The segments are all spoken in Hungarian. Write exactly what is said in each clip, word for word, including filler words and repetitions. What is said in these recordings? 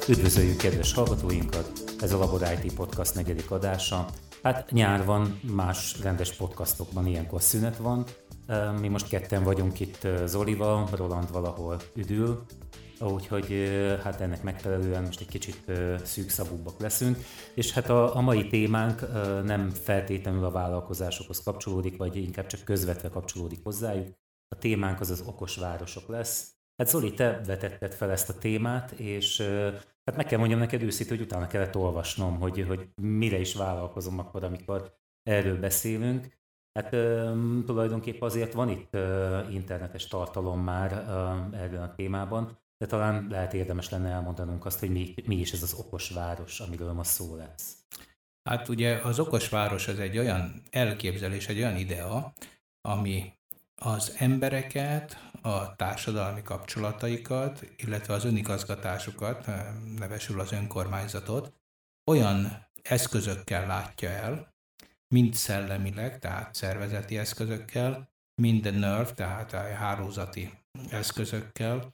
Üdvözöljük kedves hallgatóinkat! Ez a Labor i té Podcast negyedik adása. Hát nyár van, más rendes podcastokban ilyenkor szünet van. Mi most ketten vagyunk itt Zolival, Roland valahol üdül, úgyhogy hát ennek megfelelően most egy kicsit szűkszavúbbak leszünk. És hát a, a mai témánk nem feltétlenül a vállalkozásokhoz kapcsolódik, vagy inkább csak közvetve kapcsolódik hozzájuk. A témánk az az okos városok lesz. Hát Zoli, te vetetted fel ezt a témát, és hát meg kell mondjam neked őszintén, hogy utána kellett olvasnom, hogy, hogy mire is vállalkozom akkor, amikor erről beszélünk. Hát um, tulajdonképpen azért van itt uh, internetes tartalom már uh, erről a témában, de talán lehet érdemes lenne elmondanunk azt, hogy mi, mi is ez az okos város, amiről ma szó lesz. Hát ugye az okos város az egy olyan elképzelés, egy olyan idea, ami az embereket, a társadalmi kapcsolataikat, illetve az önigazgatásukat, nevesül az önkormányzatot, olyan eszközökkel látja el, mind szellemileg, tehát szervezeti eszközökkel, mind a nerve, tehát a hálózati eszközökkel,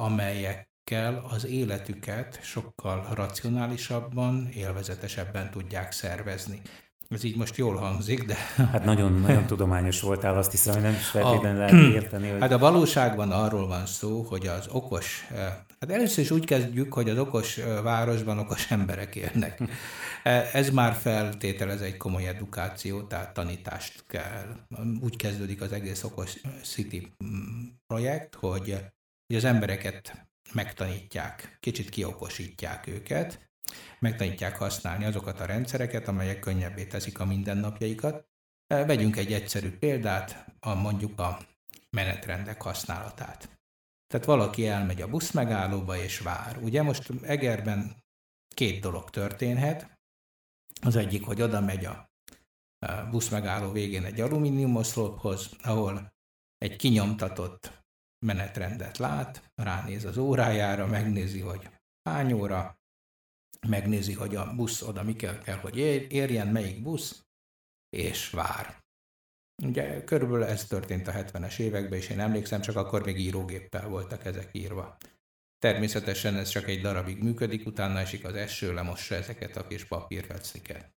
amelyekkel az életüket sokkal racionálisabban, élvezetesebben tudják szervezni. Ez így most jól hangzik, de... Hát nagyon, nagyon tudományos voltál, azt hiszem, hogy nem is feltétlenül lehet érteni. Hogy... Hát a valóságban arról van szó, hogy az okos... Hát először is úgy kezdjük, hogy az okos városban okos emberek élnek. Ez már feltételez egy komoly edukációt, tehát tanítást kell. Úgy kezdődik az egész okos city projekt, hogy, hogy az embereket megtanítják, kicsit kiokosítják őket, megtanítják használni azokat a rendszereket, amelyek könnyebbé teszik a mindennapjaikat. Vegyünk egy egyszerű példát, a, mondjuk a menetrendek használatát. Tehát valaki elmegy a buszmegállóba és vár. Ugye most Egerben két dolog történhet. Az egyik, hogy oda megy a buszmegálló végén egy alumíniumoszlophoz, ahol egy kinyomtatott menetrendet lát, ránéz az órájára, megnézi, hogy hány óra, megnézi, hogy a busz oda mi kell, kell hogy érjen, melyik busz, és vár. Ugye körülbelül ez történt a hetvenes években, és én emlékszem, csak akkor még írógéppel voltak ezek írva. Természetesen ez csak egy darabig működik, utána esik az eső, lemossa ezeket a kis papírfecniket.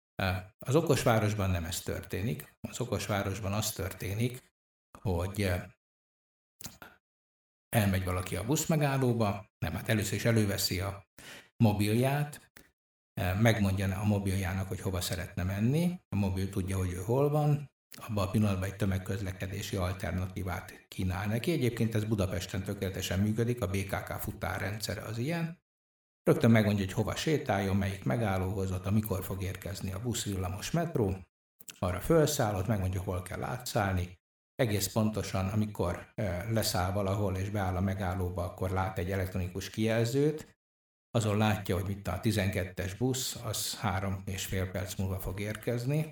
Az okosvárosban nem ez történik. Az okosvárosban az történik, hogy elmegy valaki a buszmegállóba, nem, hát először is előveszi a mobilját, megmondja a mobiljának, hogy hova szeretne menni, a mobil tudja, hogy ő hol van, abban a pillanatban egy tömegközlekedési alternatívát kínál neki. Egyébként ez Budapesten tökéletesen működik, a bé ká ká futárrendszere az ilyen. Rögtön megmondja, hogy hova sétáljon, melyik megállóhoz, ott, amikor fog érkezni a busz, villamos, metró, arra felszáll, ott megmondja, hol kell átszállni. Egész pontosan, amikor leszáll valahol és beáll a megállóba, akkor lát egy elektronikus kijelzőt, azon látja, hogy mit a tizenkettes busz, az három és fél perc múlva fog érkezni,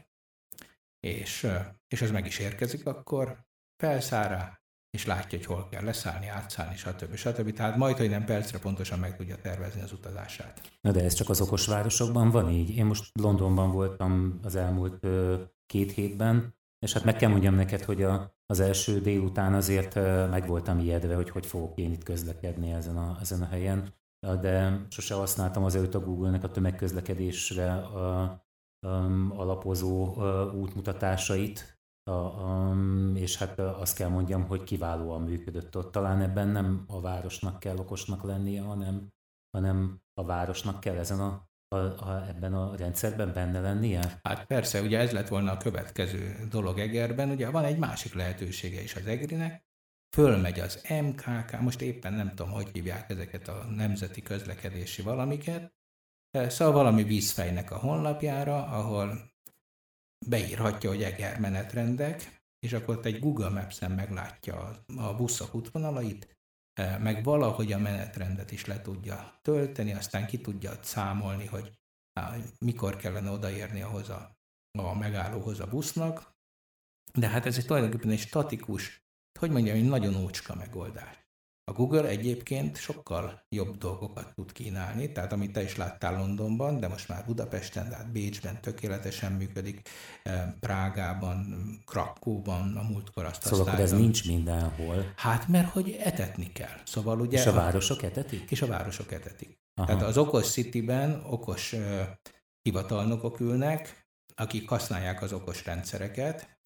és, és az meg is érkezik, akkor felszáll rá, és látja, hogy hol kell leszállni, átszállni, stb. stb. Tehát majd, hogy nem percre pontosan meg tudja tervezni az utazását. Na de ez csak az okos városokban van így? Én most Londonban voltam az elmúlt ö, két hétben, és hát meg kell mondjam neked, hogy a, az első délután azért ö, meg voltam ijedve, hogy hogy fogok én itt közlekedni ezen a, ezen a helyen. De sose használtam azelőtt a Google-nek a tömegközlekedésre a, a, alapozó a, útmutatásait, a, a, és hát azt kell mondjam, hogy kiválóan működött ott. Talán ebben nem a városnak kell okosnak lennie, hanem, hanem a városnak kell ezen a, a, a, ebben a rendszerben benne lennie? Hát persze, ugye ez lett volna a következő dolog Egerben. Ugye van egy másik lehetősége is az Egrinek, fölmegy az em ká ká, most éppen nem tudom, hogy hívják ezeket a nemzeti közlekedési valamiket, szóval valami vízfejnek a honlapjára, ahol beírhatja, hogy Eger menetrendek, és akkor egy Google Maps-en meglátja a buszok útvonalait, meg valahogy a menetrendet is le tudja tölteni, aztán ki tudja számolni, hogy mikor kellene odaérni ahhoz a, a megállóhoz a busznak, de hát ez egy tulajdonképpen egy statikus, hogy mondjam, egy nagyon ócska megoldás. A Google egyébként sokkal jobb dolgokat tud kínálni, tehát amit te is láttál Londonban, de most már Budapesten, tehát Bécsben tökéletesen működik, Prágában, Krakóban, a múltkor azt Szóval akkor ez nincs mindenhol. Hát mert hogy etetni kell. Szóval ugye és a városok etetik? És a városok etetik. Aha. Tehát az okos cityben okos uh, hivatalnokok ülnek, akik használják az okos rendszereket,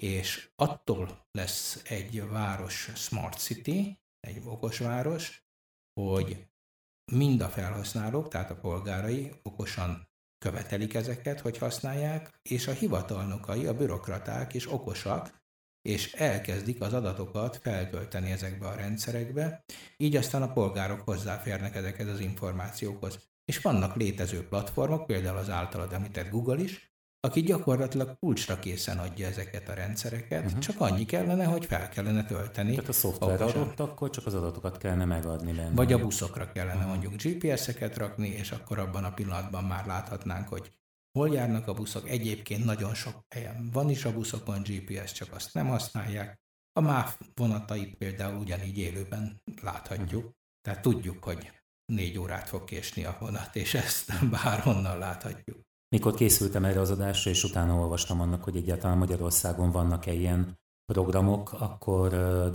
és attól lesz egy város smart city, egy okos város, hogy mind a felhasználók, tehát a polgárai okosan követelik ezeket, hogy használják, és a hivatalnokai, a bürokraták is okosak, és elkezdik az adatokat feltölteni ezekbe a rendszerekbe, így aztán a polgárok hozzáférnek ezekhez az információkhoz. És vannak létező platformok, például az általad említett Google is, aki gyakorlatilag kulcsra készen adja ezeket a rendszereket, uh-huh. csak annyi kellene, hogy fel kellene tölteni. Tehát a szoftver adott, akkor csak az adatokat kellene megadni benne. Vagy a buszokra kellene uh-huh. mondjuk gé pé es-eket rakni, és akkor abban a pillanatban már láthatnánk, hogy hol járnak a buszok. Egyébként nagyon sok helyen van is a buszokon gé pé es, csak azt nem használják. A MÁV vonatait például ugyanígy élőben láthatjuk. Uh-huh. Tehát tudjuk, hogy négy órát fog késni a vonat, és ezt bárhonnan láthatjuk. Mikor készültem erre az adásra, és utána olvastam annak, hogy egyáltalán Magyarországon vannak-e ilyen programok, akkor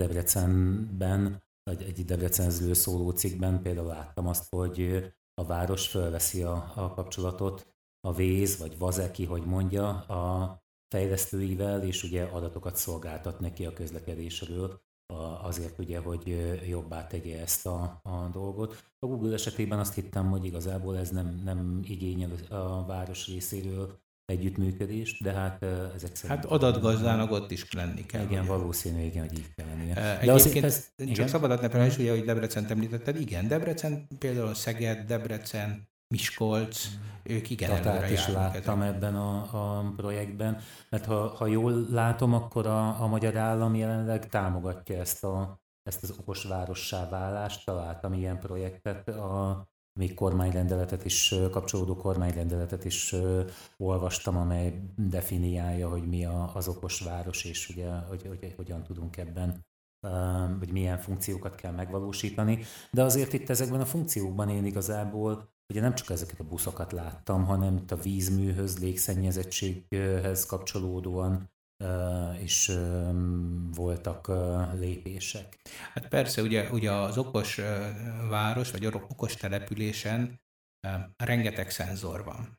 Debrecenben, egy Debrecenről szóló cikkben például láttam azt, hogy a város fölveszi a, a kapcsolatot a Waze, vagy Vazeki, hogy mondja, a fejlesztőivel, és ugye adatokat szolgáltat neki a közlekedésről, azért ugye, hogy jobbá tegye ezt a, a dolgot. A Google esetében azt hittem, hogy igazából ez nem, nem igényel a város részéről együttműködést, de hát ezek szerint... Hát adatgazdának ott is lenni kell. Igen, valószínű, igen, hogy így kell lennie. De egyébként ez, csak igen? szabadat ne felejtsd, ugye, hogy Debrecent említetted, igen, Debrecen, például Szeged, Debrecen, Miskolc, ők igen Tatát is láttam ezen. ebben a, a projektben, mert ha, ha jól látom, akkor a, a magyar állam jelenleg támogatja ezt, a, ezt az okos várossá válást, találtam ilyen projektet, a még kormányrendeletet is, kapcsolódó kormányrendeletet is olvastam, amely definiálja, hogy mi a, az okos város, és ugye, hogy, hogy, hogy hogyan tudunk ebben, hogy milyen funkciókat kell megvalósítani. De azért itt ezekben a funkciókban én igazából ugye nem csak ezeket a buszokat láttam, hanem itt a vízműhöz, légszennyezettséghez kapcsolódóan is voltak lépések. Hát persze, ugye, ugye az okos város, vagy okos településen rengeteg szenzor van.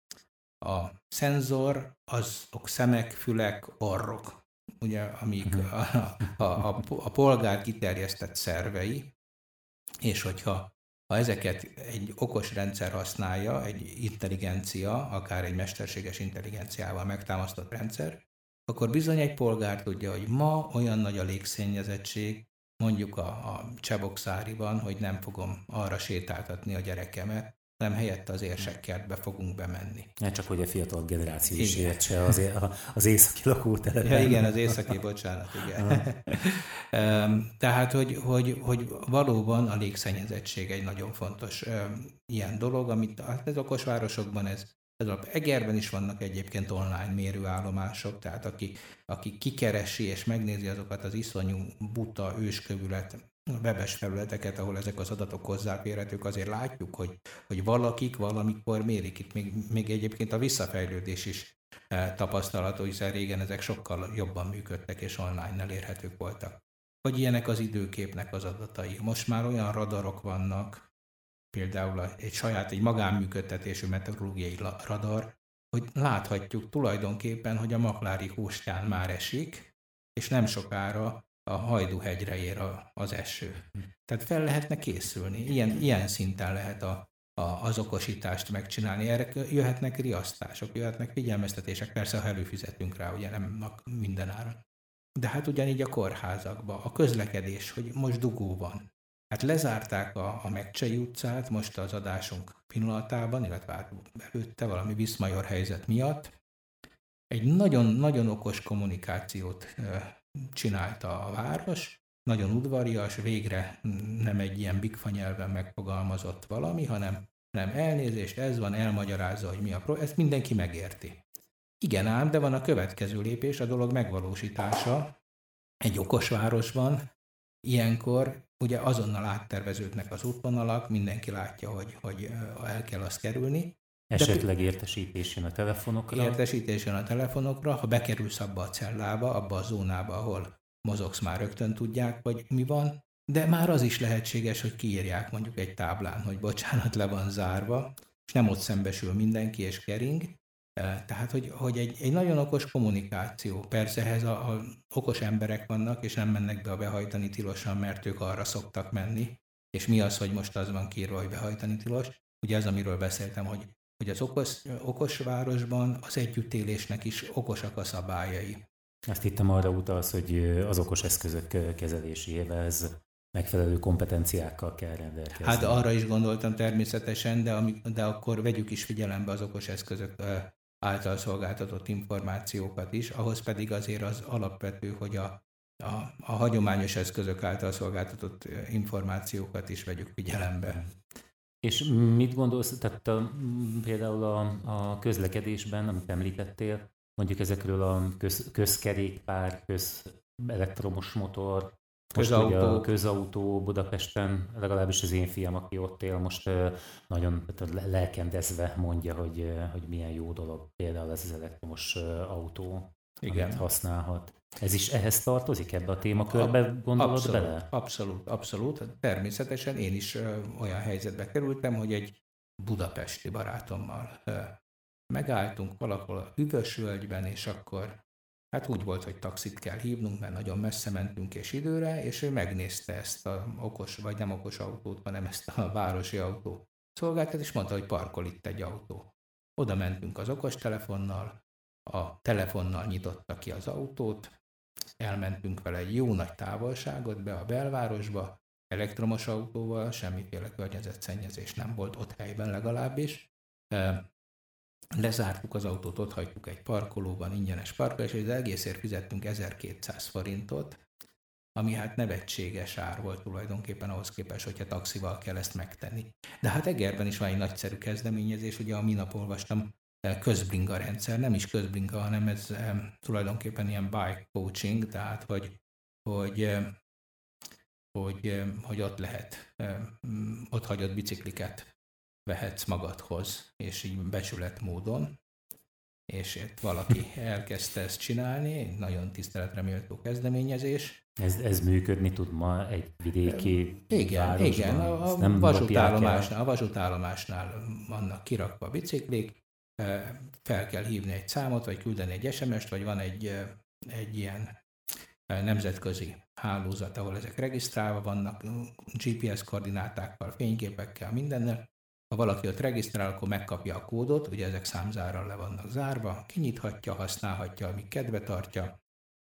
A szenzor azok szemek, fülek, orrok, ugye, amik a, a, a, a polgár kiterjesztett szervei, és hogyha ha ezeket egy okos rendszer használja, egy intelligencia, akár egy mesterséges intelligenciával megtámasztott rendszer, akkor bizony egy polgár tudja, hogy ma olyan nagy a légszennyezettség, mondjuk a, a Csebokszáriban, hogy nem fogom arra sétáltatni a gyerekemet, hanem helyette az érsekkertbe fogunk bemenni. Ja, csak hogy a fiatal generáció is értse az, az északi lakótelepen. Ja, igen, az északi, bocsánat, igen. Tehát, hogy, hogy, hogy valóban a légszennyezettség egy nagyon fontos ilyen dolog, amit az okos városokban ez, ez alap. Egerben is vannak egyébként online mérőállomások, tehát aki, aki kikeresi és megnézi azokat az iszonyú buta őskövület webes felületeket, ahol ezek az adatok hozzáférhetők, azért látjuk, hogy, hogy valakik valamikor mérik. Itt még, még egyébként a visszafejlődés is e, tapasztalható, hiszen régen ezek sokkal jobban működtek és online elérhetők voltak. Hogy ilyenek az időképnek az adatai. Most már olyan radarok vannak, például egy saját, egy magánműködtetésű meteorológiai radar, hogy láthatjuk tulajdonképpen, hogy a Maklári Hóstyán már esik, és nem sokára a Hajdúhegyre ér a, az eső. Tehát fel lehetne készülni. Ilyen, ilyen szinten lehet a, a, az okosítást megcsinálni. Erre jöhetnek riasztások, jöhetnek figyelmeztetések, persze, ha előfizetünk rá, ugye nem minden áron. De hát ugyanígy a kórházakban, a közlekedés, hogy most dugó van. Hát lezárták a, a Megcsei utcát most az adásunk pillanatában, illetve előtte valami Viszmajor helyzet miatt. Egy nagyon-nagyon okos kommunikációt csinálta a város, nagyon udvarias, végre nem egy ilyen bigfa nyelven megfogalmazott valami, hanem nem elnézést, ez van, elmagyarázza, hogy mi a pro, ezt mindenki megérti. Igen ám, de van a következő lépés, a dolog megvalósítása. Egy okos városban ilyenkor ugye azonnal átterveződnek az útvonalak, mindenki látja, hogy, hogy el kell azt kerülni. Esetleg értesítés jön a telefonokra. Értesítés jön a telefonokra, ha bekerülsz abba a cellába, abba a zónába, ahol mozogsz, már rögtön tudják, hogy mi van, de már az is lehetséges, hogy kiírják mondjuk egy táblán, hogy bocsánat, le van zárva, és nem ott szembesül mindenki és kering. Tehát, hogy, hogy egy, egy nagyon okos kommunikáció. Persze ehhez a, a okos emberek vannak, és nem mennek be a behajtani tilosan, mert ők arra szoktak menni. És mi az, hogy most az van kiírva, hogy behajtani tilos? Ugye az, amiről beszéltem, hogy, hogy az okos, okos városban az együttélésnek is okosak a szabályai. Azt hittem, arra utalsz, hogy az okos eszközök kezeléséhez megfelelő kompetenciákkal kell rendelkezni. Hát arra is gondoltam természetesen, de, ami, de akkor vegyük is figyelembe az okos eszközök által szolgáltatott információkat is, ahhoz pedig azért az alapvető, hogy a, a, a hagyományos eszközök által szolgáltatott információkat is vegyük figyelembe. És mit gondolsz, tehát a, például a, a közlekedésben, amit említettél, mondjuk ezekről a köz, közkerékpár, közelektromos motor, most ugye a közautó Budapesten, legalábbis az én fiam, aki ott él, most nagyon lelkendezve mondja, hogy, hogy milyen jó dolog például ez az elektromos autó, igen, amit használhat. Ez is ehhez tartozik, ebbe a témakörbe gondolod abszolút, bele? Abszolút, abszolút. Természetesen én is olyan helyzetbe kerültem, hogy egy budapesti barátommal megálltunk valahol a Hűvösvölgyben, és akkor hát úgy volt, hogy taxit kell hívnunk, mert nagyon messze mentünk és időre, és ő megnézte ezt a okos, vagy nem okos autót, hanem ezt a városi autó szolgáltat, és mondta, hogy parkol itt egy autó. Oda mentünk az okostelefonnal, a telefonnal nyitotta ki az autót, elmentünk vele egy jó nagy távolságot be a belvárosba, elektromos autóval, semmiféle környezetszennyezés nem volt ott helyben legalábbis. Lezártuk az autót, ott hagytuk egy parkolóban, ingyenes parkolás, és az egészért fizettünk ezerkétszáz forintot, ami hát nevetséges ár volt tulajdonképpen ahhoz képest, hogyha taxival kell ezt megtenni. De hát Egerben is van egy nagyszerű kezdeményezés, ugye a minap olvastam, közbringa rendszer, nem is közbringa, hanem ez tulajdonképpen ilyen bike coaching, tehát hogy, hogy, hogy, hogy ott lehet, ott hagyott bicikliket vehetsz magadhoz, és így becsület módon, és itt valaki elkezdte ezt csinálni, nagyon tiszteletre méltó kezdeményezés. Ez, ez működni tud ma egy vidéki igen, városban? Igen, a, a, vasútállomásnál, a vasútállomásnál vannak kirakva a biciklik, fel kell hívni egy számot, vagy küldeni egy es em est, vagy van egy, egy ilyen nemzetközi hálózat, ahol ezek regisztrálva vannak, gé pé es koordinátákkal, fényképekkel, mindennel. Ha valaki ott regisztrál, akkor megkapja a kódot, ugye ezek számzárral le vannak zárva, kinyithatja, használhatja, amíg kedve tartja,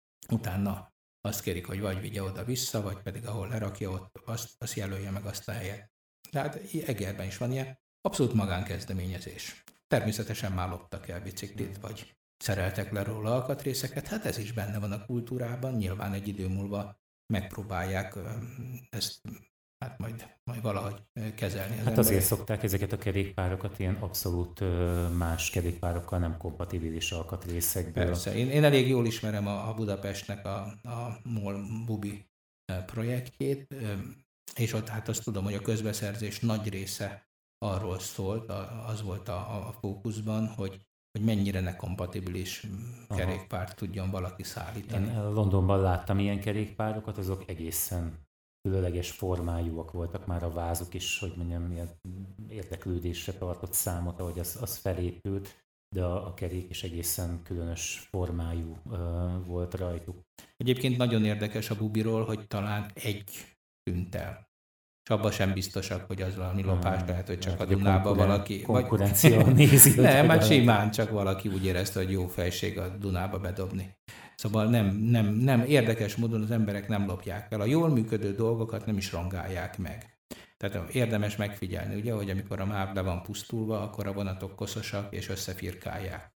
utána azt kérik, hogy vagy vigye oda-vissza, vagy pedig ahol lerakja, ott azt, azt jelölje meg azt a helyet. Tehát Egerben is van ilyen abszolút magánkezdeményezés. Természetesen már loptak el biciklit, vagy szereltek le róla alkatrészeket, hát ez is benne van a kultúrában, nyilván egy idő múlva megpróbálják ezt hát majd, majd valahogy kezelni. Az hát azért emberek. Szokták ezeket a kerékpárokat ilyen abszolút más kerékpárokkal nem kompatibilis alkatrészekből. Persze, én, én elég jól ismerem a, a Budapestnek a, a MOL Bubi projektjét, és ott hát azt tudom, hogy a közbeszerzés nagy része arról szólt, az volt a, a fókuszban, hogy, hogy mennyire ne kompatibilis kerékpárt Aha. tudjon valaki szállítani. Én Londonban láttam ilyen kerékpárokat, azok egészen különleges formájúak voltak már a vázuk is, hogy mondjam, ilyen érdeklődésre tartott számot, ahogy az, az felépült, de a, a kerék is egészen különös formájú uh, volt rajtuk. Egyébként nagyon érdekes a Bubiról, hogy talán egy tűnt el. És abban sem biztosak, hogy az valami lopás, lehet, hogy csak hát, a Dunába valaki... Konkurencia vagy... nézi. Nem, hát simán csak valaki úgy érezte, hogy jó fejség a Dunába bedobni. Szóval nem, nem, nem érdekes módon az emberek nem lopják el. A jól működő dolgokat nem is rongálják meg. Tehát érdemes megfigyelni, ugye, hogy amikor a MÁV le van pusztulva, akkor a vonatok koszosak és összefirkálják.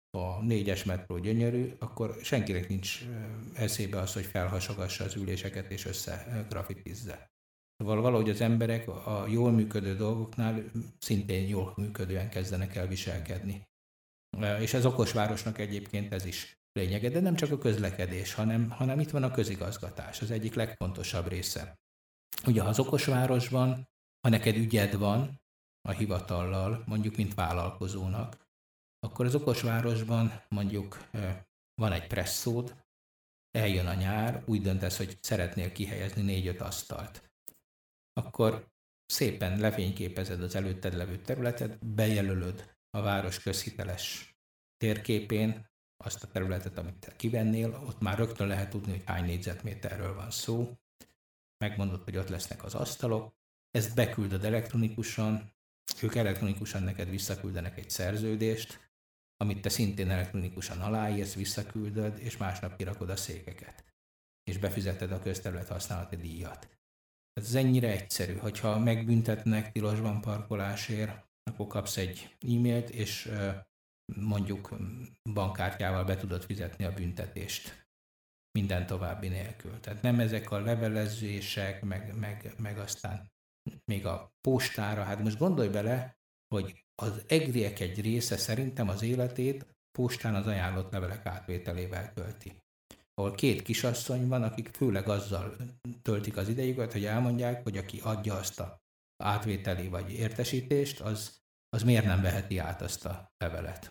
A négyes metró gyönyörű, akkor senkinek nincs eszébe az, hogy felhasogassa az üléseket és összegrafitizze. Szóval valahogy az emberek a jól működő dolgoknál szintén jól működően kezdenek el viselkedni. És az okos városnak egyébként ez is lényege, de nem csak a közlekedés, hanem, hanem itt van a közigazgatás, az egyik legfontosabb része. Ugye az okosvárosban, ha neked ügyed van a hivatallal, mondjuk mint vállalkozónak, akkor az okosvárosban mondjuk van egy presszód, eljön a nyár, úgy döntesz, hogy szeretnél kihelyezni négy-öt asztalt. Akkor szépen lefényképezed az előtted levő területet, bejelölöd a város közhiteles térképén azt a területet, amit te kivennél, ott már rögtön lehet tudni, hogy hány négyzetméterről van szó, megmondod, hogy ott lesznek az asztalok, ezt beküldöd elektronikusan, ők elektronikusan neked visszaküldenek egy szerződést, amit te szintén elektronikusan aláírsz, visszaküldöd, és másnap kirakod a székeket, és befizeted a közterület használati díjat. Ez ennyire egyszerű, hogyha megbüntetnek tilosban parkolásért, akkor kapsz egy e-mailt, és mondjuk bankkártyával be tudod fizetni a büntetést. Minden további nélkül. Tehát nem ezek a levelezések, meg, meg, meg aztán még a postára. Hát most gondolj bele, hogy az egriek egy része szerintem az életét postán az ajánlott levelek átvételével tölti. Ahol két kisasszony van, akik főleg azzal töltik az idejüket, hogy elmondják, hogy aki adja azt a átvételi vagy értesítést, az, az miért nem veheti át azt a levelet.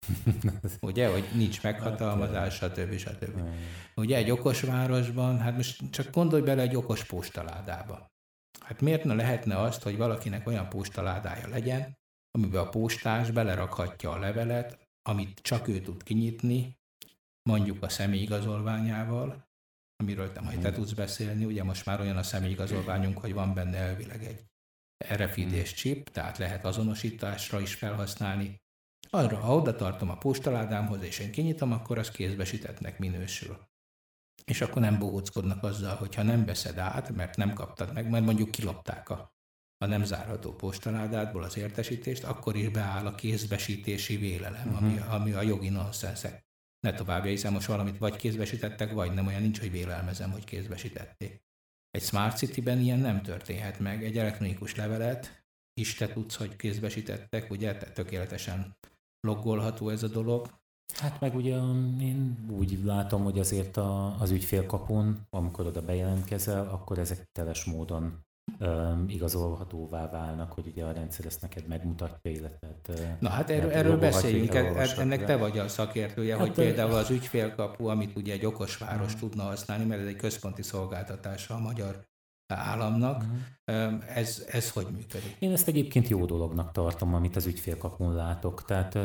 Ugye, hogy nincs meghatalmazás, stb. stb. Ugye egy okos városban, hát most csak gondolj bele egy okos postaládába. Hát miért ne lehetne azt, hogy valakinek olyan postaládája legyen, amiben a postás belerakhatja a levelet, amit csak ő tud kinyitni, mondjuk a személyigazolványával, amiről te majd te tudsz beszélni, ugye most már olyan a személyigazolványunk, hogy van benne elvileg egy er ef i dés chip, tehát lehet azonosításra is felhasználni. Arra, ha oda tartom a postaládámhoz, és én kinyitom, akkor az kézbesítettnek minősül. És akkor nem bohóckodnak azzal, hogyha nem veszed át, mert nem kaptad meg, mert mondjuk kilopták a, a nem zárható postaládádból az értesítést, akkor is beáll a kézbesítési vélelem, uh-huh. ami, ami a jogi nonsenszek. Ne továbbja, hiszen most valamit vagy kézbesítettek, vagy nem, olyan nincs, hogy vélelmezem, hogy kézbesítették. Egy Smart City-ben ilyen nem történhet meg. Egy elektronikus levelet is te tudsz, hogy kézbesítettek, ugye tökéletesen loggolható ez a dolog. Hát meg ugye én úgy látom, hogy azért a, az ügyfélkapun, amikor oda bejelentkezel, akkor ezek teles módon um, igazolhatóvá válnak, hogy ugye a rendszer ezt neked megmutatja, illetve... Na hát erről, erről beszéljünk, ennek te vagy a szakértője, hát hogy például az ügyfélkapu, amit ugye egy okos város hmm. tudna használni, mert ez egy központi szolgáltatása a magyar államnak, hmm. ez, ez hogy működik? Én ezt egyébként jó dolognak tartom, amit az ügyfélkapun látok, tehát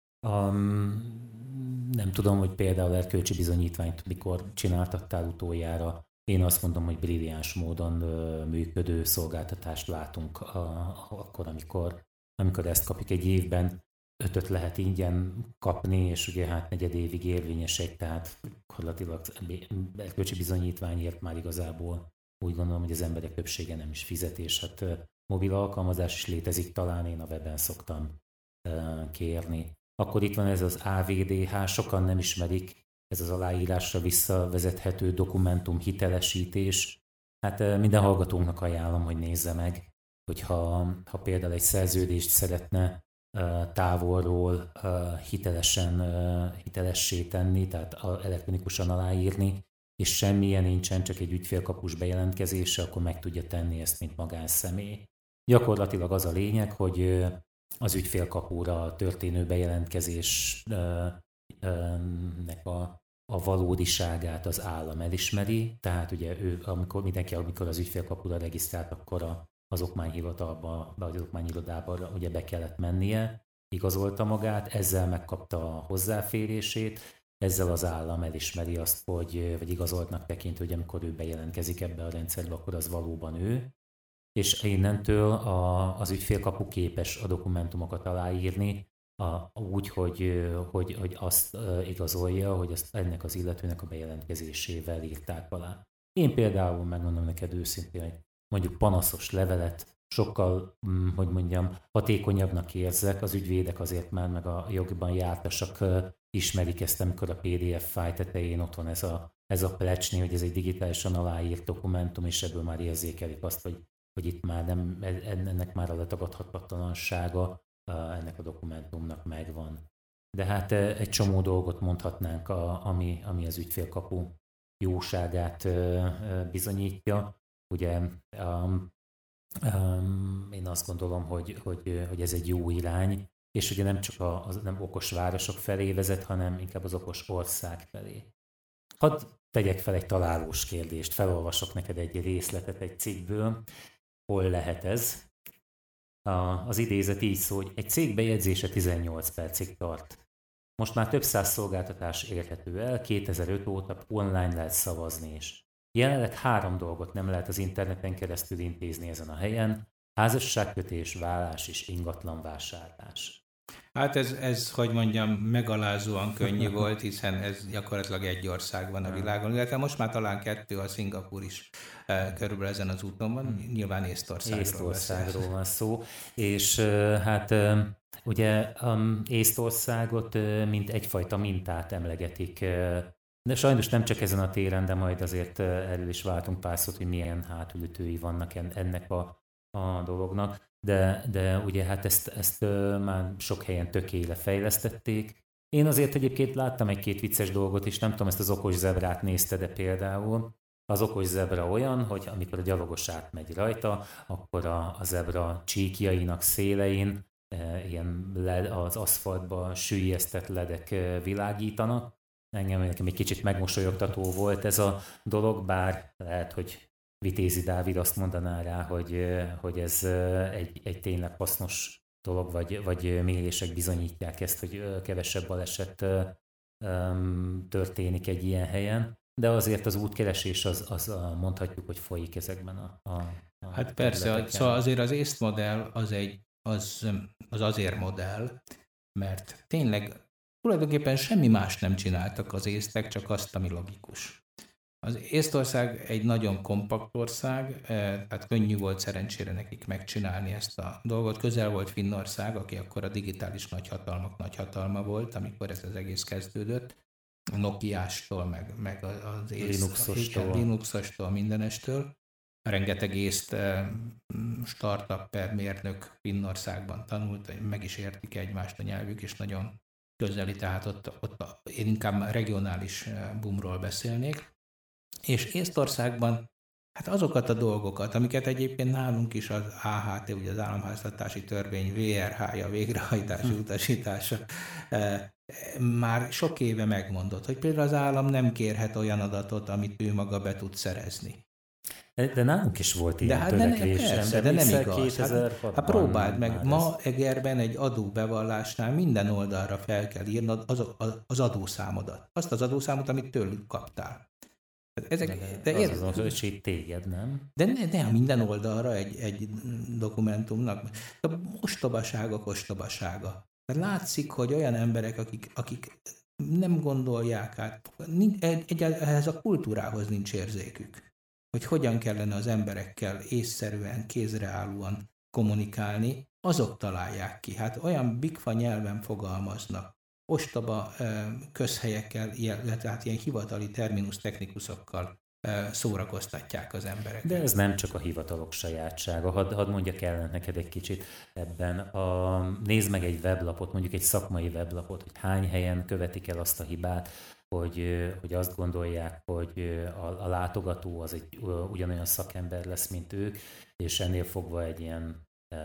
um, nem tudom, hogy például erkölcsi bizonyítványt mikor csináltattál utoljára. Én azt mondom, hogy brilliáns módon működő szolgáltatást látunk a, akkor, amikor, amikor ezt kapjuk egy évben. Ötöt lehet ingyen kapni, és ugye hát negyed évig érvényesek, tehát gyakorlatilag erkölcsi bizonyítványért már igazából úgy gondolom, hogy az emberek többsége nem is fizet, és hát mobil alkalmazás is létezik, talán én a weben szoktam kérni. Akkor itt van ez az á vé dé há, sokan nem ismerik, ez az aláírásra visszavezethető dokumentum hitelesítés. Hát minden hallgatónknak ajánlom, hogy nézze meg, hogyha ha például egy szerződést szeretne távolról hitelesen hitelessé tenni, tehát elektronikusan aláírni, és semmilyen nincsen, csak egy ügyfélkapus bejelentkezése, akkor meg tudja tenni ezt, mint magánszemély. Gyakorlatilag az a lényeg, hogy az ügyfélkapura történő bejelentkezésnek a, a valódiságát az állam elismeri, tehát ugye ő, amikor mindenki, amikor az ügyfélkapura regisztrált, akkor a, az okmányhivatalba, vagy az okmányirodába ugye be kellett mennie, igazolta magát, ezzel megkapta a hozzáférését, ezzel az állam elismeri azt, hogy, vagy igazoltnak tekint, hogy amikor ő bejelentkezik ebbe a rendszerbe, akkor az valóban ő, és innentől a, az ügyfélkapu képes a dokumentumokat aláírni, a, úgy, hogy, hogy, hogy azt igazolja, hogy azt ennek az illetőnek a bejelentkezésével írták alá. Én például megmondom neked őszintén, hogy mondjuk panaszos levelet sokkal, hogy mondjam, hatékonyabbnak érzek, az ügyvédek azért már meg a jogban jártasak ismerik ezt, amikor a pé dé ef fájl tetején ott van ez a, ez a plecsni, hogy ez egy digitálisan aláírt dokumentum, és ebből már érzékelik azt, hogy, hogy itt már nem, ennek már a letagadhatatlansága ennek a dokumentumnak megvan. De hát egy csomó dolgot mondhatnánk, a, ami, ami az ügyfélkapu jóságát bizonyítja. ugye um, um, én azt gondolom, hogy, hogy, hogy ez egy jó irány, és ugye nem csak a, az nem okos városok felé vezet, hanem inkább az okos ország felé. Hadd tegyek fel egy találós kérdést, felolvasok neked egy részletet egy cikkből, hol lehet ez. A, az idézet így szól, hogy egy cég bejegyzése tizennyolc percig tart. Most már több száz szolgáltatás érhető el, kétezer-öt óta online lehet szavazni is. Jelenleg három dolgot nem lehet az interneten keresztül intézni ezen a helyen: házasságkötés, vállás és ingatlanvásárlás. Hát ez, ez, hogy mondjam, megalázóan könnyű volt, hiszen ez gyakorlatilag egy ország van a világon, illetve most már talán kettő, a Szingapúr is e, körülbelül ezen az úton van, nyilván Észtországról, Észtországról van szó, és hát ugye Észtországot mint egyfajta mintát emlegetik, de sajnos nem csak ezen a téren, de majd azért erről is váltunk pár szót, hogy milyen hátulütői vannak ennek a, a dolognak. De, de ugye hát ezt, ezt már sok helyen tökéle fejlesztették. Én azért egyébként láttam egy-két vicces dolgot is, nem tudom, ezt az okos zebrát nézte, de például az okos zebra olyan, hogy amikor a gyalogos átmegy rajta, akkor a, a zebra csíkjainak szélein e, ilyen led, az aszfaltba süllyesztett ledek világítanak. Engem nekem egy kicsit megmosolyogtató volt ez a dolog, bár lehet, hogy Vitézi Dávid azt mondaná rá, hogy, hogy ez egy, egy tényleg hasznos dolog, vagy, vagy mérések bizonyítják ezt, hogy kevesebb baleset történik egy ilyen helyen, de azért az útkeresés az, az mondhatjuk, hogy folyik ezekben a, a, a Hát persze, szóval azért az észt modell az, egy, az, az azért modell, mert tényleg tulajdonképpen semmi más nem csináltak az észtek, csak azt, ami logikus. Az Észtország egy nagyon kompakt ország, tehát könnyű volt szerencsére nekik megcsinálni ezt a dolgot. Közel volt Finnország, aki akkor a digitális nagyhatalmak nagyhatalma volt, amikor ez az egész kezdődött. A Nokiástól, meg, meg az Linuxostól. Linuxostól, mindenestől. Rengeteg észt startup per mérnök Finnországban tanult, meg is értik egymást a nyelvük, és nagyon közeli, tehát ott, ott én inkább regionális boomról beszélnék. És Észtországban hát azokat a dolgokat, amiket egyébként nálunk is az á há té, ugye az államháztartási törvény vé er há-ja, végrehajtási utasítása e, már sok éve megmondott, hogy például az állam nem kérhet olyan adatot, amit ő maga be tud szerezni. De nálunk is volt ilyen hát törekvés, de, persze, de nem igaz. Hát, hát próbáld meg, ma ez... Egerben egy adóbevallásnál minden oldalra fel kell írnod az, az adószámodat. Azt az adószámot, amit tőlük kaptál. Ezek, de, de az az, az, hogy téged, nem? De ne, ne minden oldalra egy, egy dokumentumnak. A ostobaságok ostobasága. Mert látszik, hogy olyan emberek, akik, akik nem gondolják át, egy, ehhez a kultúrához nincs érzékük. Hogy hogyan kellene az emberekkel észszerűen, kézreállóan kommunikálni, azok találják ki. Hát olyan bigfa nyelven fogalmaznak, ostoba közhelyekkel, tehát ilyen hivatali terminus technikusokkal szórakoztatják az embereket. De ez nem csak a hivatalok sajátsága. Hadd had mondjak el neked egy kicsit ebben. A, nézd meg egy weblapot, mondjuk egy szakmai weblapot, hogy hány helyen követik el azt a hibát, hogy, hogy azt gondolják, hogy a, a látogató az egy ugyanolyan szakember lesz, mint ők, és ennél fogva egy ilyen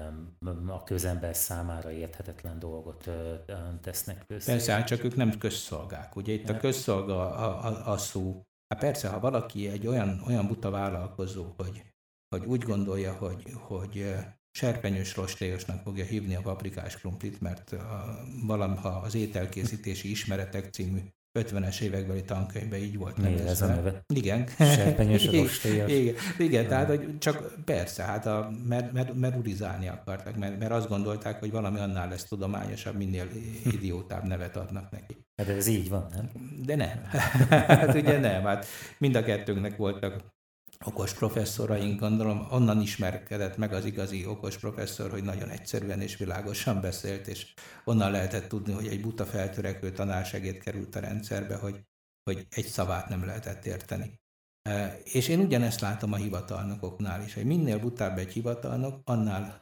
a közember számára érthetetlen dolgot tesznek közé. Persze, hát csak ők nem közszolgák. Ugye itt a közszolga a, a, a szó. Hát persze, ha valaki egy olyan, olyan buta vállalkozó, hogy, hogy úgy gondolja, hogy, hogy serpenyős rostélyosnak fogja hívni a paprikás krumplit, mert a, valaha az ételkészítési ismeretek című ötvenes évekbeli tankönyvben így volt nevezve. Ez a neve? Igen. Serpenyős rostélyos. Igen, igen, tehát hogy csak persze, hát a, mert, mert, mert urizálni akartak, mert, mert azt gondolták, hogy valami annál lesz tudományosabb, minél idiótább nevet adnak neki. Hát ez így van, nem? De nem. Hát ugye nem, hát mind a kettőnknek voltak okos professzoraink, gondolom, onnan ismerkedett meg az igazi okos professzor, hogy nagyon egyszerűen és világosan beszélt, és onnan lehetett tudni, hogy egy buta feltörekvő tanársegéd került a rendszerbe, hogy, hogy egy szavát nem lehetett érteni. És én ugyanezt látom a hivatalnokoknál is, hogy minél butább egy hivatalnok, annál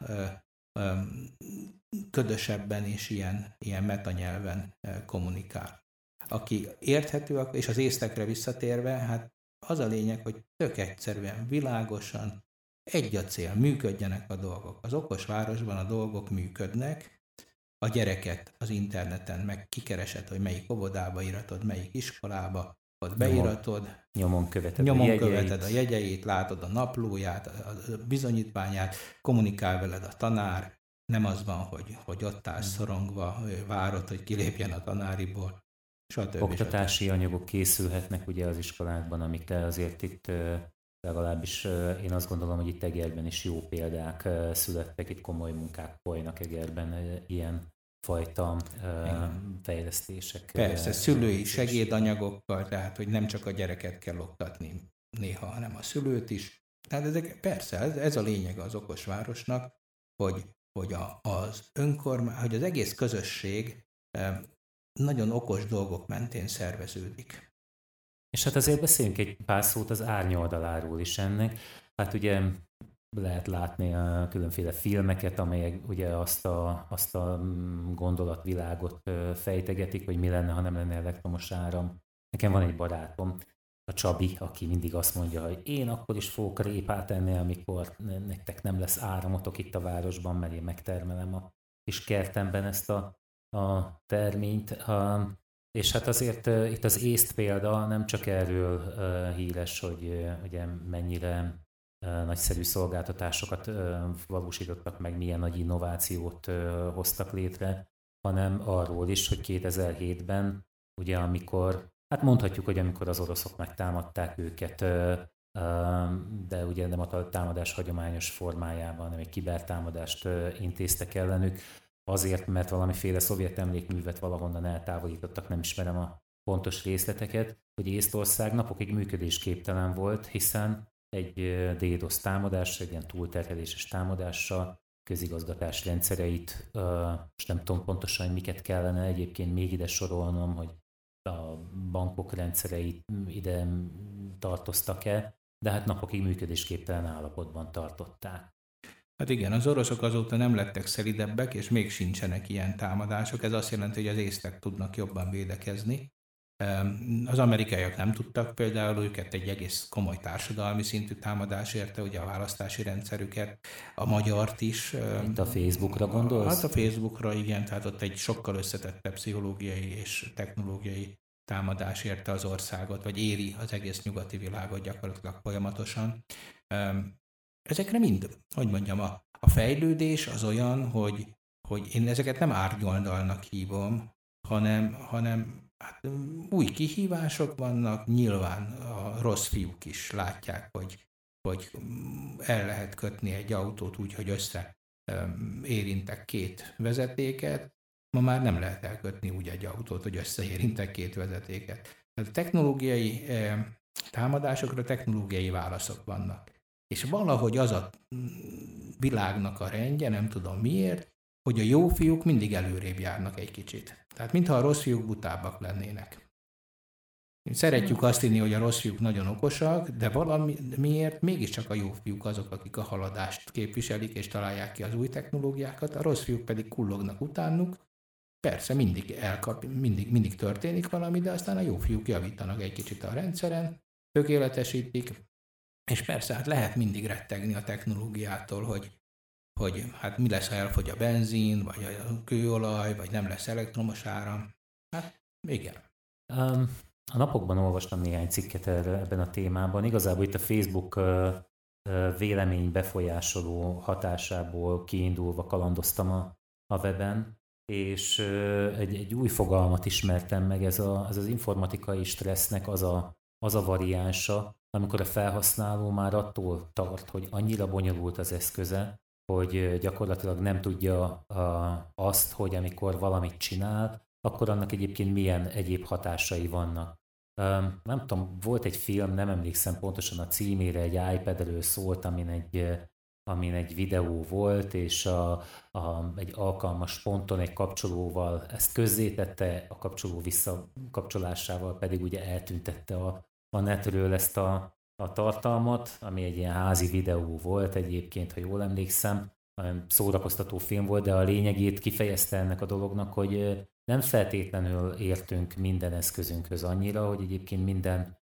ködösebben és ilyen, ilyen metanyelven kommunikál. Aki érthető, és az észtekre visszatérve, hát az a lényeg, hogy tök egyszerűen, világosan, egy a cél, működjenek a dolgok. Az okos városban a dolgok működnek, a gyereket az interneten meg kikeresed, hogy melyik óvodába iratod, melyik iskolába, ott beiratod, nyomon követed, nyomon a, követed a jegyeit, látod a naplóját, a bizonyítványát, kommunikál veled a tanár, nem az van, hogy, hogy ott állsz szorongva, várod, hogy kilépjen a tanáriból, stb. Oktatási stb. Anyagok készülhetnek ugye az iskolákban, amikkel azért itt legalábbis én azt gondolom, hogy itt Egerben is jó példák születtek, itt komoly munkák folynak Egerben ilyen fajta Igen. fejlesztések. Persze, szülői segédanyagokkal, tehát hogy nem csak a gyereket kell oktatni néha, hanem a szülőt is. Tehát ezek, persze, ez, ez a lényeg az okos városnak, hogy, hogy a, az önkormány, hogy az egész közösség nagyon okos dolgok mentén szerveződik. És hát azért beszéljünk egy pár szót az árnyoldaláról is ennek. Hát ugye lehet látni a különféle filmeket, amelyek ugye azt a, azt a gondolatvilágot fejtegetik, hogy mi lenne, ha nem lenne elektromos áram. Nekem van egy barátom, a Csabi, aki mindig azt mondja, hogy én akkor is fogok répát enni, amikor nektek nem lesz áramotok itt a városban, mert én megtermelem a kis kertemben ezt a, a terményt. És hát azért itt az észt példa nem csak erről híres, hogy ugye mennyire nagyszerű szolgáltatásokat valósítottak meg, milyen nagy innovációt hoztak létre, hanem arról is, hogy kétezer-hétben, ugye amikor, hát mondhatjuk, hogy amikor az oroszok megtámadták őket, de ugye nem a támadás hagyományos formájában, hanem egy kibertámadást intéztek ellenük, azért, mert valamiféle szovjet emlékművet valahonnan eltávolítottak, nem ismerem a pontos részleteket, hogy Észtország napokig működésképtelen volt, hiszen egy DDoS támadás, egy ilyen túlterheléses támadással közigazgatás rendszereit, most nem tudom pontosan, hogy miket kellene egyébként még ide sorolnom, hogy a bankok rendszereit ide tartoztak-e, de hát napokig működésképtelen állapotban tartották. Hát igen, az oroszok azóta nem lettek szelidebbek, és még sincsenek ilyen támadások. Ez azt jelenti, hogy az észtek tudnak jobban védekezni. Az amerikaiak nem tudtak, például őket egy egész komoly társadalmi szintű támadás érte, ugye a választási rendszerüket, a magyart is. Itt a Facebookra gondolsz? Hát a Facebookra, igen, tehát ott egy sokkal összetettebb pszichológiai és technológiai támadás érte az országot, vagy éri az egész nyugati világot gyakorlatilag folyamatosan. Ezekre mind, hogy mondjam, a, a fejlődés az olyan, hogy, hogy én ezeket nem árnyoldalnak hívom, hanem, hanem hát, új kihívások vannak, nyilván a rossz fiúk is látják, hogy, hogy el lehet kötni egy autót úgy, hogy össze érintek két vezetéket, ma már nem lehet elkötni úgy egy autót, hogy összeérintek két vezetéket. Tehát a technológiai támadásokra technológiai válaszok vannak. És valahogy az a világnak a rendje, nem tudom miért, hogy a jó fiúk mindig előrébb járnak egy kicsit. Tehát mintha a rossz fiúk butábbak lennének. Szeretjük azt hinni, hogy a rossz fiúk nagyon okosak, de valamiért mégiscsak a jó fiúk azok, akik a haladást képviselik és találják ki az új technológiákat, a rossz fiúk pedig kullognak utánuk. Persze mindig, elkap, mindig, mindig történik valami, de aztán a jó fiúk javítanak egy kicsit a rendszeren, tökéletesítik, és persze hát lehet mindig rettegni a technológiától, hogy, hogy hát mi lesz, ha elfogy a benzin, vagy a kőolaj, vagy nem lesz elektromos áram. Hát igen. Um, a napokban olvastam néhány cikket erre, ebben a témában. Igazából itt a Facebook uh, uh, vélemény befolyásoló hatásából kiindulva kalandoztam a, a weben, és uh, egy, egy új fogalmat ismertem meg, ez, a, ez az informatikai stressznek az a, az a variánsa, amikor a felhasználó már attól tart, hogy annyira bonyolult az eszköze, hogy gyakorlatilag nem tudja azt, hogy amikor valamit csinál, akkor annak egyébként milyen egyéb hatásai vannak. Nem tudom, volt egy film, nem emlékszem pontosan a címére, egy iPadről szólt, amin egy, amin egy videó volt, és a, a, egy alkalmas ponton egy kapcsolóval ezt közzétette, a kapcsoló visszakapcsolásával pedig ugye eltüntette a a netről ezt a, a tartalmat, ami egy ilyen házi videó volt egyébként, ha jól emlékszem, szórakoztató film volt, de a lényegét kifejezte ennek a dolognak, hogy nem feltétlenül értünk minden eszközünkhöz annyira, hogy egyébként minden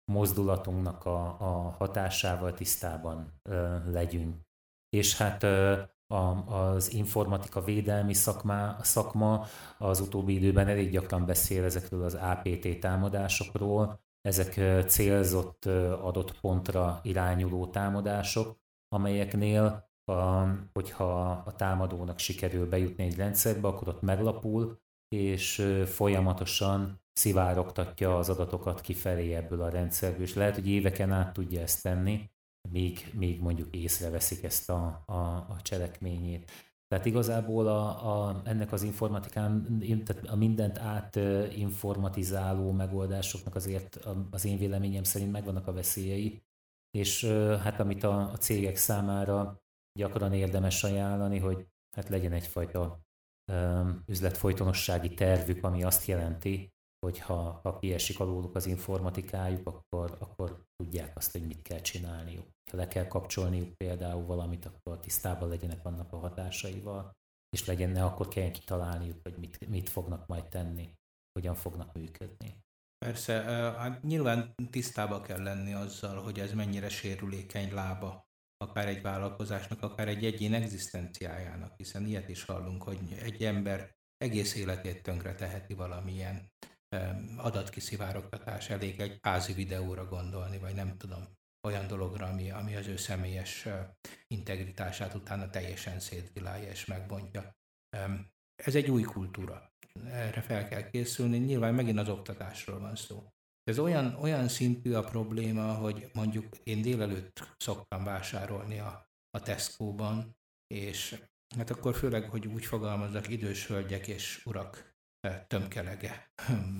mozdulatunknak a, a hatásával tisztában ö, legyünk. És hát ö, a, az informatika védelmi szakma, szakma az utóbbi időben elég gyakran beszél ezekről az á pé té támadásokról. Ezek célzott adott pontra irányuló támadások, amelyeknél, a, hogyha a támadónak sikerül bejutni egy rendszerbe, akkor ott meglapul, és folyamatosan szivárogtatja az adatokat kifelé ebből a rendszerből, és lehet, hogy éveken át tudja ezt tenni, míg, míg mondjuk észreveszik ezt a, a, a cselekményét. Tehát igazából a, a, ennek az informatikán, tehát a mindent átinformatizáló megoldásoknak azért az én véleményem szerint megvannak a veszélyei, és hát amit a, a cégek számára gyakran érdemes ajánlani, hogy hát legyen egyfajta um, üzletfolytonossági tervük, ami azt jelenti, hogy ha, ha kiesik alóluk az informatikájuk, akkor, akkor tudják azt, hogy mit kell csinálniuk. Ha le kell kapcsolniuk például valamit, akkor tisztában legyenek annak a hatásaival, és legyen ne, akkor kelljen kitalálniuk, hogy mit, mit fognak majd tenni, hogyan fognak működni. Persze, hát nyilván tisztában kell lenni azzal, hogy ez mennyire sérülékeny lába, akár egy vállalkozásnak, akár egy egyén egzisztenciájának, hiszen ilyet is hallunk, hogy egy ember egész életét tönkre teheti valamilyen adatkiszivárogatás, elég egy házi videóra gondolni, vagy nem tudom, olyan dologra, ami, ami az ő személyes integritását utána teljesen szétvilálja és megbontja. Ez egy új kultúra. Erre fel kell készülni. Nyilván megint az oktatásról van szó. Ez olyan, olyan szintű a probléma, hogy mondjuk én délelőtt szoktam vásárolni a, a Tesco-ban, és hát akkor főleg, hogy úgy fogalmazzak, idős hölgyek és urak tömkelege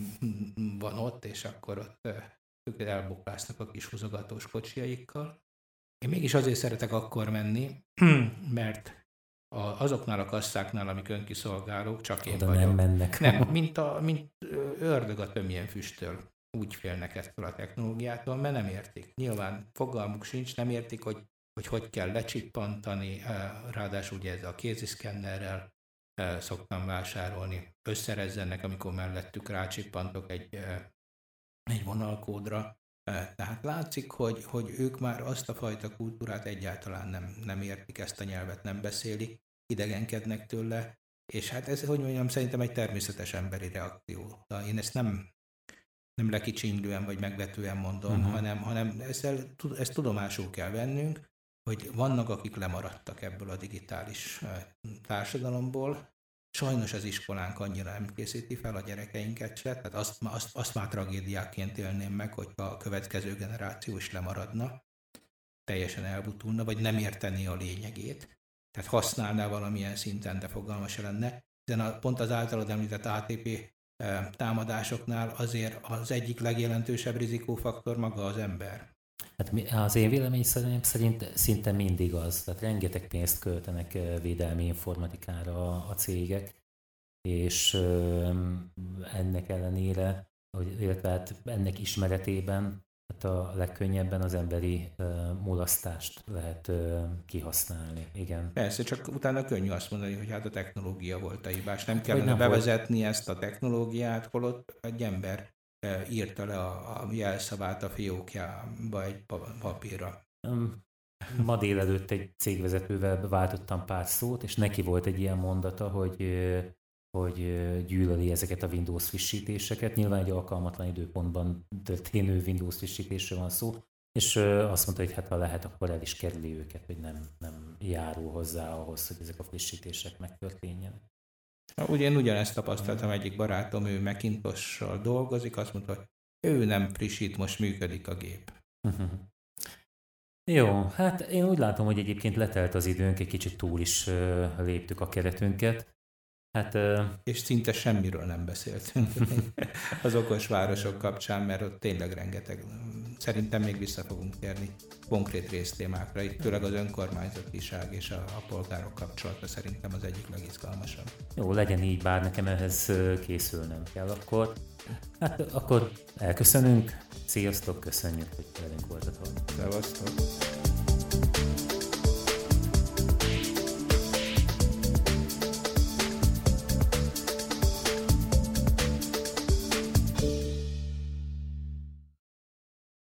van ott, és akkor ott ők elbuklásznak a kis húzogatós kocsiaikkal. Én mégis azért szeretek akkor menni, mert a, azoknál a kasszáknál, amik önkiszolgálók, csak én oda vagyok. Nem mennek. Nem, mint, a, mint ördög a tömjén füsttől. Úgy félnek ettől a technológiától, mert nem értik. Nyilván fogalmuk sincs, nem értik, hogy hogy, hogy kell lecsippantani, ráadásul ugye ez a kéziszkennerrel szoktam vásárolni, összerezzenek, amikor mellettük rácsippantok egy, egy vonalkódra. Tehát látszik, hogy, hogy ők már azt a fajta kultúrát egyáltalán nem, nem értik, ezt a nyelvet nem beszélik, idegenkednek tőle, és hát ez, hogy mondjam, szerintem egy természetes emberi reakció. Én ezt nem, nem lekicsinylően vagy megvetően mondom, uh-huh. hanem, hanem ezzel, ezt tudomásul kell vennünk, hogy vannak, akik lemaradtak ebből a digitális társadalomból. Sajnos az iskolánk annyira nem készíti fel a gyerekeinket se, tehát azt, azt, azt már tragédiáként élném meg, hogyha a következő generáció is lemaradna, teljesen elbutulna, vagy nem értené a lényegét. Tehát használná valamilyen szinten, de fogalma se lenne. Hiszen pont az általad említett á té pé támadásoknál azért az egyik legjelentősebb rizikófaktor maga az ember. Hát az én vélemény szerint szinte mindig az. Tehát rengeteg pénzt költenek védelmi informatikára a cégek, és ennek ellenére, illetve hát ennek ismeretében hát a legkönnyebben az emberi mulasztást lehet kihasználni. Igen. Persze, csak utána könnyű azt mondani, hogy hát a technológia volt a hibás. Nem kellene nem bevezetni volt. Ezt a technológiát, holott egy ember írta le a, a jelszavát a fiókjába egy papírra. Ma délelőtt egy cégvezetővel váltottam pár szót, és neki volt egy ilyen mondata, hogy, hogy gyűlöli ezeket a Windows frissítéseket. Nyilván egy alkalmatlan időpontban történő Windows frissítésről van szó, és azt mondta, hogy hát ha lehet, akkor el is kerüli őket, hogy nem, nem járul hozzá ahhoz, hogy ezek a frissítések megtörténjenek. Ugye én ugyanezt tapasztaltam, egyik barátom, ő Macintosh-sal dolgozik, azt mondta, hogy ő nem frissít, most működik a gép. Uh-huh. Jó, hát én úgy látom, hogy egyébként letelt az időnk, egy kicsit túl is uh, léptük a keretünket. Hát, uh... És szinte semmiről nem beszéltünk az okos városok kapcsán, mert ott tényleg rengeteg. Szerintem még vissza fogunk térni konkrét résztémákra, itt főleg az önkormányzatiság és a, a polgárok kapcsolata szerintem az egyik legizgalmasabb. Jó, legyen így, bár nekem ehhez készülnem kell akkor. Hát akkor elköszönünk, sziasztok, köszönjük, hogy velünk voltatok. Szevasztok!